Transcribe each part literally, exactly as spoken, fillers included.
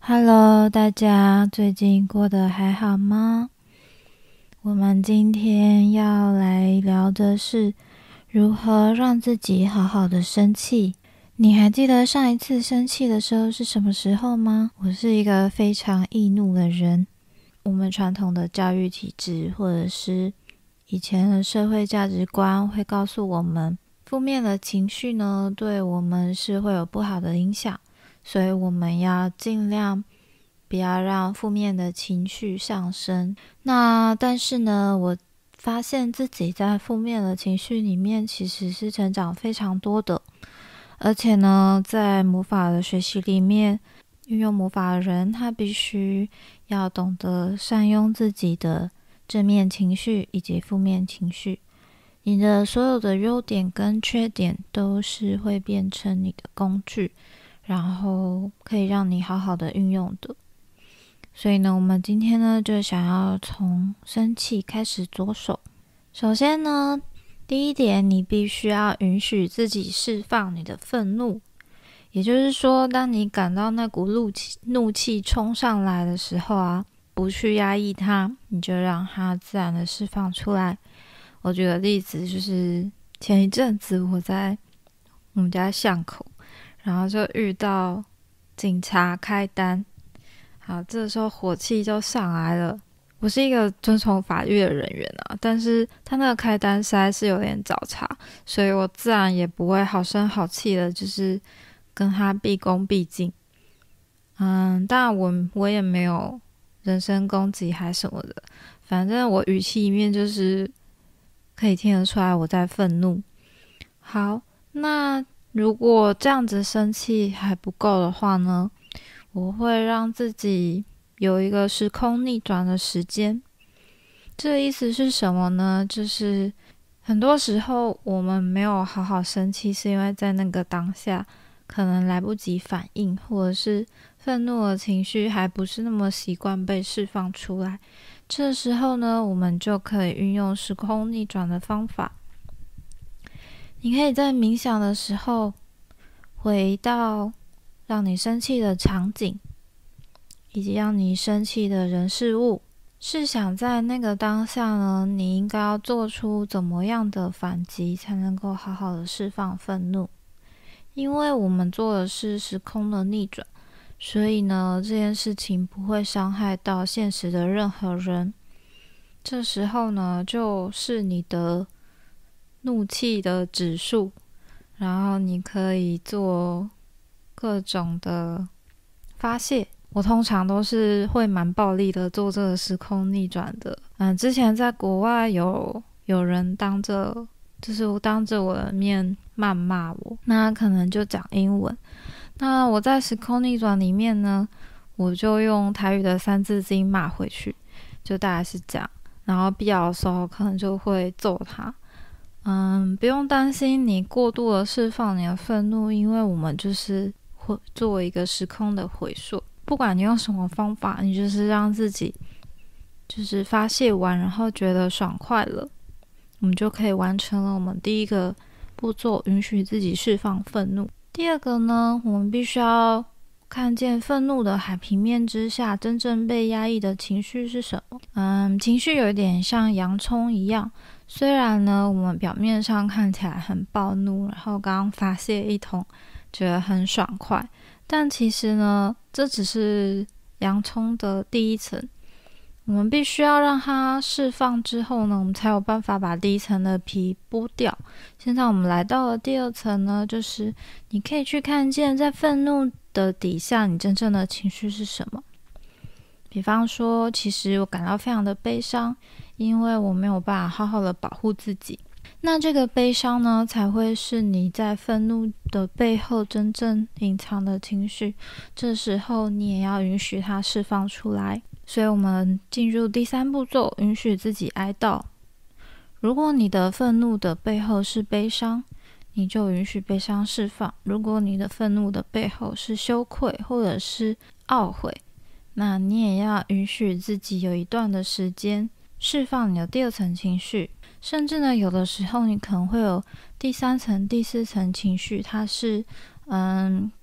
Hello，大家最近过得还好吗？我们今天要来聊的是如何让自己好好的生气。你还记得上一次生气的时候是什么时候吗？我是一个非常易怒的人。我们传统的教育体制或者是以前的社会价值观会告诉我们，负面的情绪呢，对我们是会有不好的影响。所以我们要尽量不要让负面的情绪上升。那但是呢，我发现自己在负面的情绪里面其实是成长非常多的。而且呢，在魔法的学习里面，运用魔法的人他必须要懂得善用自己的正面情绪以及负面情绪。你的所有的优点跟缺点都是会变成你的工具，然后可以让你好好的运用的。所以呢，我们今天呢就想要从生气开始着手。首先呢，第一点，你必须要允许自己释放你的愤怒。也就是说，当你感到那股怒气怒气冲上来的时候啊，不去压抑它，你就让它自然的释放出来。我举个例子，就是前一阵子我在我们家巷口，然后就遇到警察开单，好，这时候火气就上来了。我是一个遵从法律的人员啊，但是他那个开单实在是有点找茬，所以我自然也不会好声好气的，就是跟他毕恭毕敬。嗯，当然我我也没有人身攻击还什么的，反正我语气里面就是可以听得出来我在愤怒。好，那如果这样子生气还不够的话呢，我会让自己有一个时空逆转的时间。这个意思是什么呢？就是很多时候我们没有好好生气，是因为在那个当下可能来不及反应，或者是愤怒的情绪还不是那么习惯被释放出来。这时候呢，我们就可以运用时空逆转的方法。你可以在冥想的时候回到让你生气的场景，以及让你生气的人事物。试想在那个当下呢，你应该要做出怎么样的反击才能够好好的释放愤怒。因为我们做的是时空的逆转，所以呢，这件事情不会伤害到现实的任何人。这时候呢，就是你的怒气的指数，然后你可以做各种的发泄。我通常都是会蛮暴力的做这个时空逆转的。嗯，之前在国外有有人当着就是当着我的面谩骂我，那他可能就讲英文。那我在时空逆转里面呢，我就用台语的三字经骂回去，就大概是这样。然后必要的时候可能就会揍他。嗯，不用担心你过度的释放你的愤怒，因为我们就是会做一个时空的回溯。不管你用什么方法，你就是让自己就是发泄完，然后觉得爽快了，我们就可以完成了我们第一个步骤，允许自己释放愤怒。第二个呢，我们必须要看见愤怒的海平面之下真正被压抑的情绪是什么。嗯，情绪有点像洋葱一样，虽然呢我们表面上看起来很暴怒，然后刚刚发泄一通觉得很爽快，但其实呢这只是洋葱的第一层。我们必须要让它释放之后呢，我们才有办法把第一层的皮剥掉。现在我们来到了第二层呢，就是你可以去看见在愤怒的底下你真正的情绪是什么。比方说，其实我感到非常的悲伤，因为我没有办法好好的保护自己。那这个悲伤呢，才会是你在愤怒的背后真正隐藏的情绪。这时候你也要允许它释放出来。所以我们进入第三步骤，允许自己哀悼。如果你的愤怒的背后是悲伤，你就允许悲伤释放。如果你的愤怒的背后是羞愧或者是懊悔，那你也要允许自己有一段的时间释放你的第二层情绪。甚至呢，有的时候你可能会有第三层、第四层情绪，它是嗯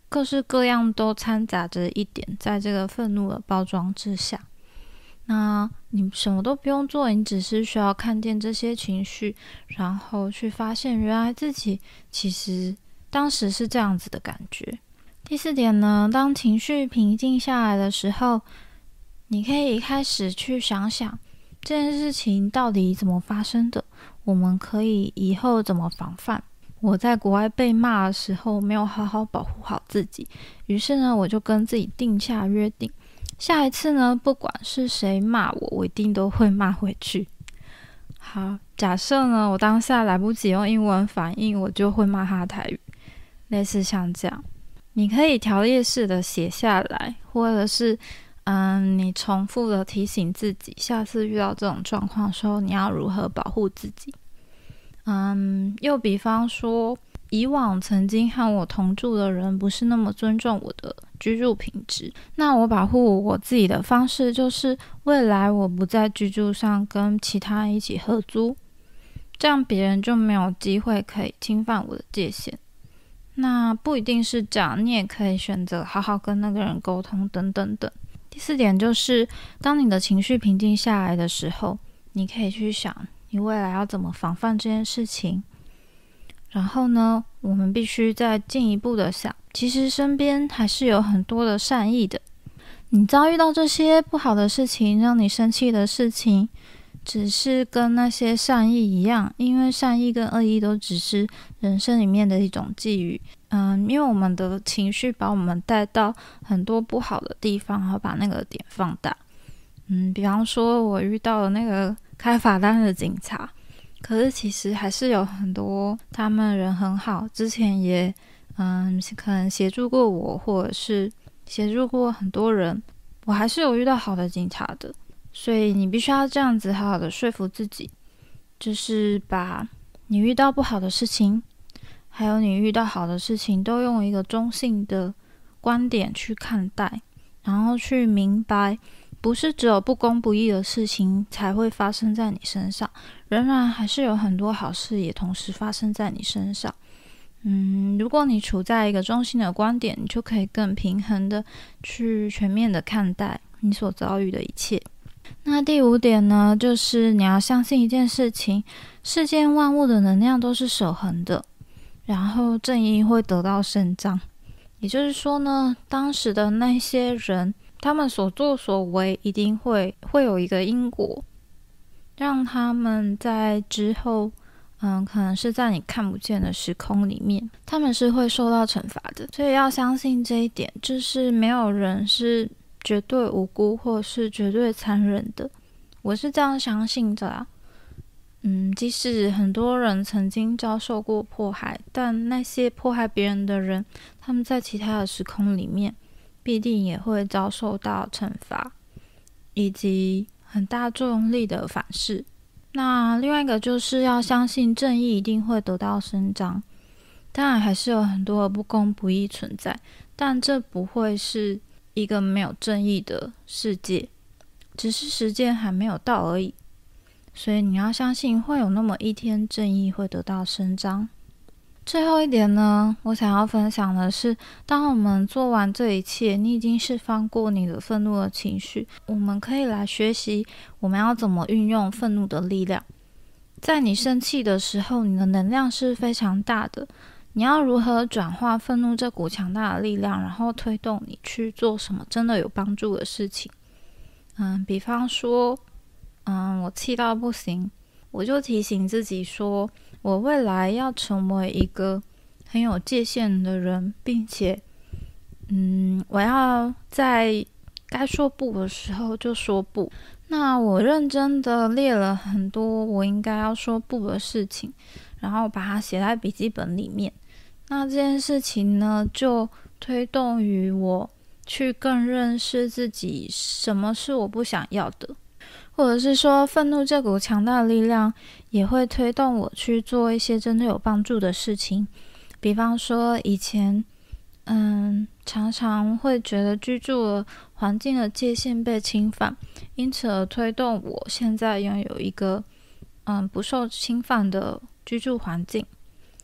各式各样都掺杂着一点在这个愤怒的包装之下。那你什么都不用做，你只是需要看见这些情绪，然后去发现原来自己其实当时是这样子的感觉。第四点呢，当情绪平静下来的时候，你可以开始去想想这件事情到底怎么发生的，我们可以以后怎么防范。我在国外被骂的时候没有好好保护好自己，于是呢我就跟自己定下约定，下一次呢不管是谁骂我，我一定都会骂回去。好，假设呢我当下来不及用英文反应，我就会骂他台语，类似像这样。你可以条列式的写下来，或者是嗯，你重复的提醒自己，下次遇到这种状况的时候，你要如何保护自己。嗯，又比方说，以往曾经和我同住的人不是那么尊重我的居住品质，那我保护我自己的方式就是未来我不在居住上跟其他人一起合租，这样别人就没有机会可以侵犯我的界限。那不一定是这样，你也可以选择好好跟那个人沟通等等等。第四点就是，当你的情绪平静下来的时候，你可以去想你未来要怎么防范这件事情。然后呢，我们必须再进一步的想，其实身边还是有很多的善意的。你遭遇到这些不好的事情，让你生气的事情，只是跟那些善意一样，因为善意跟恶意都只是人生里面的一种际遇。嗯，因为我们的情绪把我们带到很多不好的地方，然后把那个点放大。嗯，比方说我遇到了那个开罚单的警察，可是其实还是有很多他们人很好，之前也嗯可能协助过我，或者是协助过很多人，我还是有遇到好的警察的。所以你必须要这样子好好的说服自己，就是把你遇到不好的事情还有你遇到好的事情都用一个中性的观点去看待，然后去明白不是只有不公不义的事情才会发生在你身上，仍然还是有很多好事也同时发生在你身上。嗯，如果你处在一个中性的观点，你就可以更平衡的去全面的看待你所遭遇的一切。那第五点呢，就是你要相信一件事情，世间万物的能量都是守恒的，然后正义会得到伸张。也就是说呢，当时的那些人，他们所作所为一定会会有一个因果，让他们在之后嗯，可能是在你看不见的时空里面，他们是会受到惩罚的。所以要相信这一点，就是没有人是绝对无辜或是绝对残忍的，我是这样相信的啊。嗯，即使很多人曾经遭受过迫害，但那些迫害别人的人，他们在其他的时空里面必定也会遭受到惩罚以及很大作用力的反噬。那另外一个就是要相信正义一定会得到伸张，当然还是有很多的不公不义存在，但这不会是一个没有正义的世界，只是时间还没有到而已。所以你要相信会有那么一天，正义会得到伸张。最后一点呢，我想要分享的是，当我们做完这一切，你已经释放过你的愤怒的情绪，我们可以来学习我们要怎么运用愤怒的力量。在你生气的时候，你的能量是非常大的，你要如何转化愤怒这股强大的力量，然后推动你去做什么真的有帮助的事情。嗯，比方说嗯，我气到不行，我就提醒自己说，我未来要成为一个很有界限的人，并且嗯，我要在该说不的时候就说不。那我认真的列了很多我应该要说不的事情，然后把它写在笔记本里面。那这件事情呢，就推动于我去更认识自己什么是我不想要的，或者是说愤怒这股强大的力量也会推动我去做一些真的有帮助的事情。比方说以前嗯，常常会觉得居住的环境的界限被侵犯，因此而推动我现在拥有一个嗯不受侵犯的居住环境。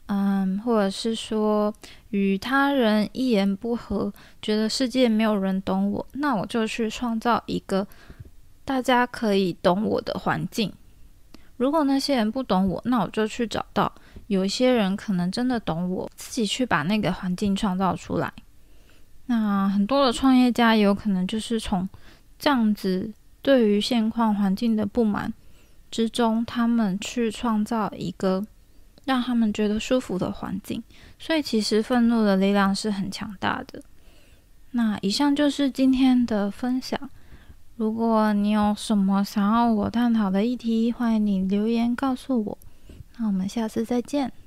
嗯，或者是说与他人一言不合，觉得世界没有人懂我，那我就去创造一个大家可以懂我的环境。如果那些人不懂我，那我就去找到有一些人可能真的懂我，自己去把那个环境创造出来。那很多的创业家也有可能就是从这样子对于现况环境的不满之中，他们去创造一个让他们觉得舒服的环境。所以其实愤怒的力量是很强大的。那以上就是今天的分享。如果你有什么想要我探讨的议题，欢迎你留言告诉我。那我们下次再见。